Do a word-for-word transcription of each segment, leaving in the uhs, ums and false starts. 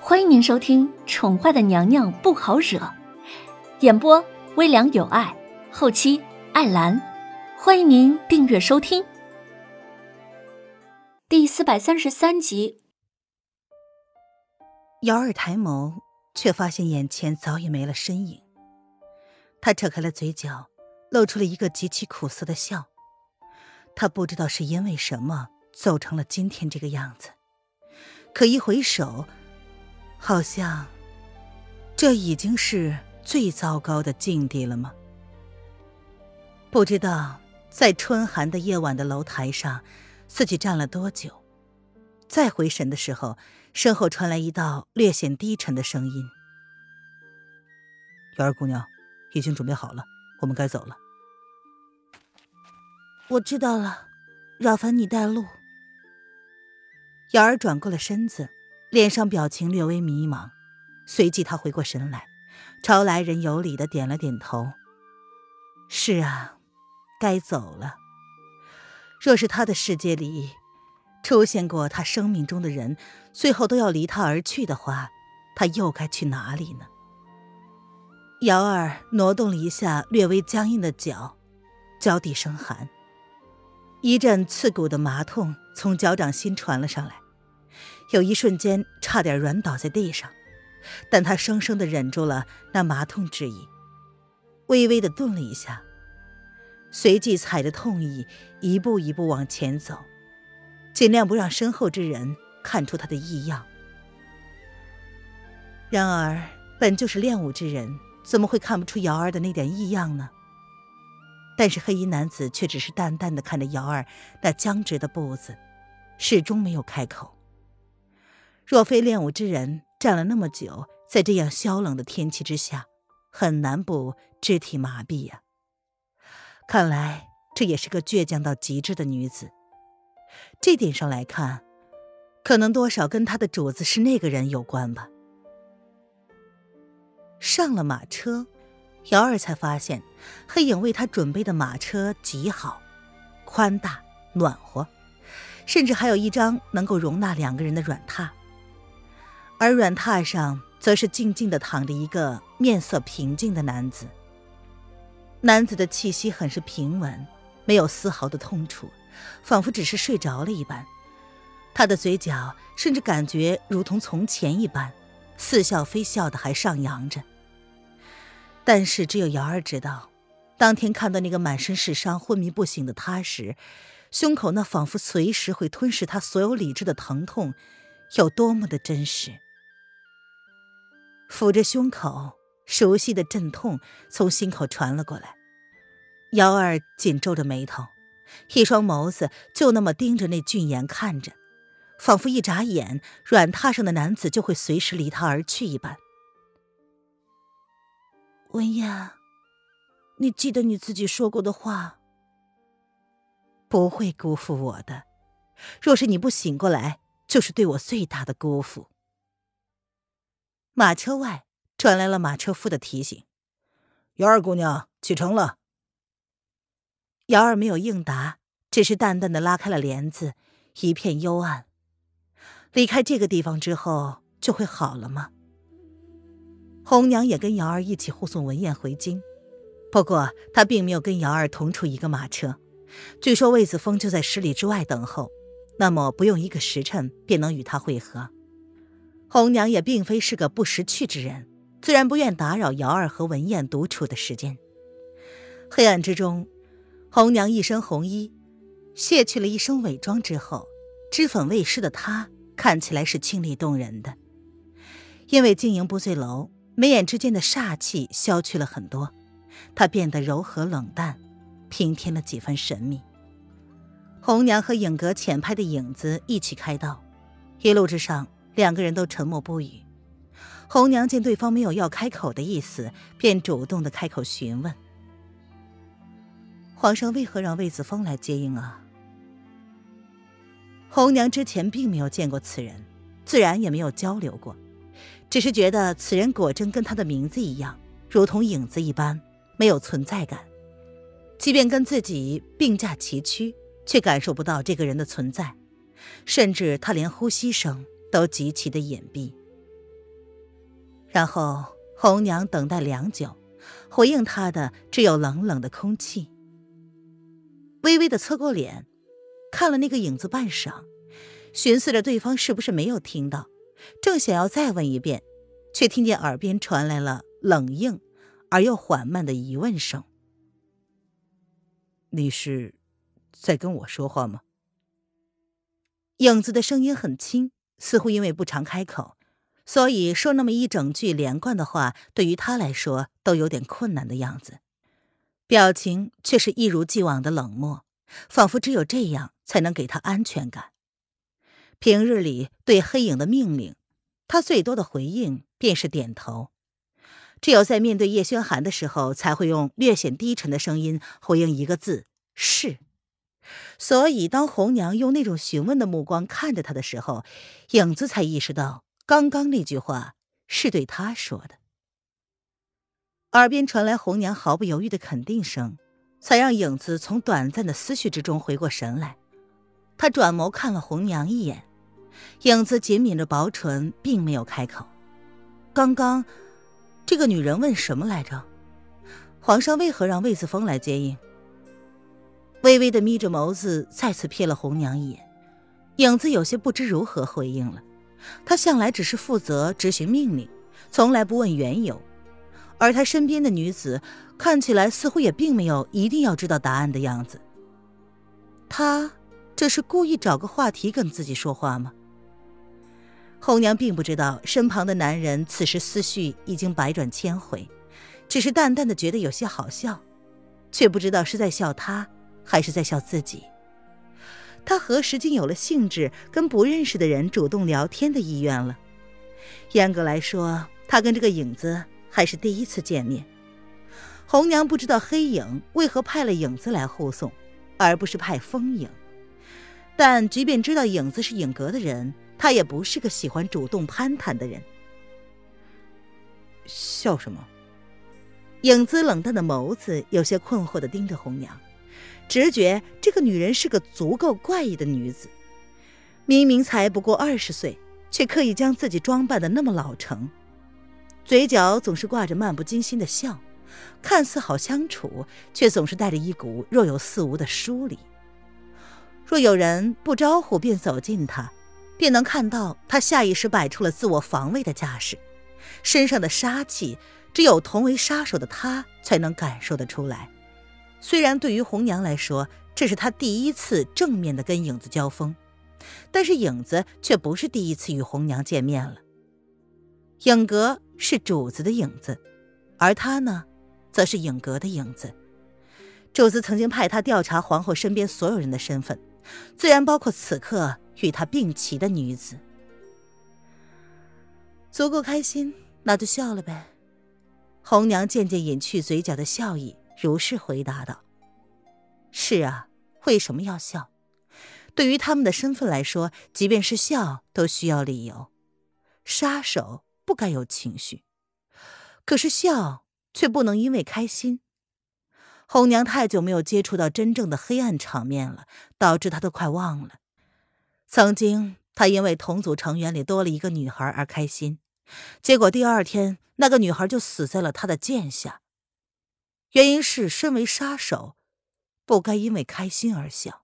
欢迎您收听《宠坏的娘娘不好惹》，演播微凉有爱，后期艾兰。欢迎您订阅收听。第四百三十三集。 姚儿抬眸，却发现眼前早已没了身影。他扯开了嘴角，露出了一个极其苦涩的笑。他不知道是因为什么走成了今天这个样子，可一回首，好像这已经是最糟糕的境地了吗？不知道在春寒的夜晚的楼台上自己站了多久，再回神的时候，身后传来一道略显低沉的声音：瑶儿姑娘，已经准备好了，我们该走了。我知道了，扰烦你带路。瑶儿转过了身子，脸上表情略微迷茫，随即她回过神来，朝来人有礼地点了点头。是啊，该走了。若是他的世界里出现过他生命中的人，最后都要离他而去的话，他又该去哪里呢？瑶儿挪动了一下略微僵硬的脚，脚底生寒，一阵刺骨的麻痛从脚掌心传了上来，有一瞬间差点软倒在地上，但他生生地忍住了那麻痛之意，微微地顿了一下，随即踩着痛意一步一步往前走，尽量不让身后之人看出他的异样。然而本就是练武之人，怎么会看不出瑶儿的那点异样呢？但是黑衣男子却只是淡淡地看着瑶儿那僵直的步子，始终没有开口。若非练武之人站了那么久，在这样萧冷的天气之下，很难不肢体麻痹呀、啊。看来这也是个倔强到极致的女子。这点上来看，可能多少跟她的主子是那个人有关吧。上了马车，瑶儿才发现黑影为她准备的马车极好，宽大暖和，甚至还有一张能够容纳两个人的软榻，而软榻上则是静静地躺着一个面色平静的男子。男子的气息很是平稳，没有丝毫的痛楚，仿佛只是睡着了一般。他的嘴角甚至感觉如同从前一般，似笑非笑的还上扬着。但是只有瑶儿知道，当天看到那个满身是伤昏迷不醒的他时，胸口那仿佛随时会吞噬他所有理智的疼痛有多么的真实。抚着胸口，熟悉的阵痛从心口传了过来。瑶儿紧皱着眉头，一双眸子就那么盯着那俊颜看着，仿佛一眨眼，软榻上的男子就会随时离他而去一般。文燕，你记得你自己说过的话，不会辜负我的。若是你不醒过来，就是对我最大的辜负。马车外传来了马车夫的提醒：瑶儿姑娘，启程了。瑶儿没有应答，只是淡淡的拉开了帘子，一片幽暗。离开这个地方之后就会好了吗？红娘也跟瑶儿一起护送文燕回京，不过她并没有跟瑶儿同处一个马车。据说魏子峰就在十里之外等候，那么不用一个时辰便能与他会合。红娘也并非是个不识趣之人，自然不愿打扰瑶儿和文燕独处的时间。黑暗之中，红娘一身红衣，卸去了一身伪装之后，脂粉未施的她看起来是清丽动人的。因为经营不醉楼，眉眼之间的煞气消去了很多，她变得柔和冷淡，平添了几分神秘。红娘和影阁浅拍的影子一起开道，一路之上两个人都沉默不语。红娘见对方没有要开口的意思，便主动的开口询问：皇上为何让魏子峰来接应啊？红娘之前并没有见过此人，自然也没有交流过，只是觉得此人果真跟他的名字一样，如同影子一般，没有存在感。即便跟自己并驾齐驱，却感受不到这个人的存在，甚至他连呼吸声都极其的隐蔽。 然后红娘等待良久，回应她的只有冷冷的空气。微微的侧过脸，看了那个影子半晌，寻思着对方是不是没有听到，正想要再问一遍，却听见耳边传来了冷硬而又缓慢的疑问声：“你是在跟我说话吗？”影子的声音很轻，似乎因为不常开口，所以说那么一整句连贯的话对于他来说都有点困难的样子，表情却是一如既往的冷漠，仿佛只有这样才能给他安全感。平日里对黑影的命令，他最多的回应便是点头，只有在面对叶轩寒的时候，才会用略显低沉的声音回应一个字：是。所以当红娘用那种询问的目光看着他的时候，影子才意识到刚刚那句话是对他说的。耳边传来红娘毫不犹豫的肯定声，才让影子从短暂的思绪之中回过神来。他转眸看了红娘一眼，影子紧抿着薄唇，并没有开口。刚刚这个女人问什么来着？皇上为何让魏子峰来接应？微微的眯着眸子，再次瞥了红娘一眼。影子有些不知如何回应了。他向来只是负责执行命令，从来不问缘由，而他身边的女子看起来似乎也并没有一定要知道答案的样子。他这是故意找个话题跟自己说话吗？红娘并不知道身旁的男人此时思绪已经百转千回，只是淡淡的觉得有些好笑，却不知道是在笑他还是在笑自己。他何时竟有了兴致跟不认识的人主动聊天的意愿了？严格来说，他跟这个影子还是第一次见面。红娘不知道黑影为何派了影子来护送，而不是派风影。但即便知道影子是影阁的人，他也不是个喜欢主动攀谈的人。笑什么？影子冷淡的眸子有些困惑地盯着红娘，直觉这个女人是个足够怪异的女子。明明才不过二十岁，却刻意将自己装扮得那么老成，嘴角总是挂着漫不经心的笑，看似好相处，却总是带着一股若有似无的疏离。若有人不招呼便走近他，便能看到他下意识摆出了自我防卫的架势，身上的杀气只有同为杀手的他才能感受得出来。虽然对于红娘来说，这是他第一次正面的跟影子交锋，但是影子却不是第一次与红娘见面了。影阁是主子的影子，而他呢，则是影阁的影子。主子曾经派他调查皇后身边所有人的身份，自然包括此刻与他并齐的女子。足够开心，那就笑了呗。红娘渐渐隐去嘴角的笑意，如是回答道：是啊，为什么要笑？对于他们的身份来说，即便是笑都需要理由。杀手不该有情绪，可是笑却不能因为开心。红娘太久没有接触到真正的黑暗场面了，导致她都快忘了。曾经她因为同族成员里多了一个女孩而开心，结果第二天那个女孩就死在了她的剑下。原因是身为杀手，不该因为开心而笑。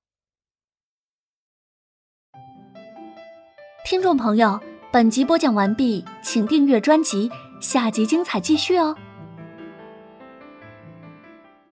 听众朋友，本集播讲完毕，请订阅专辑，下集精彩继续哦。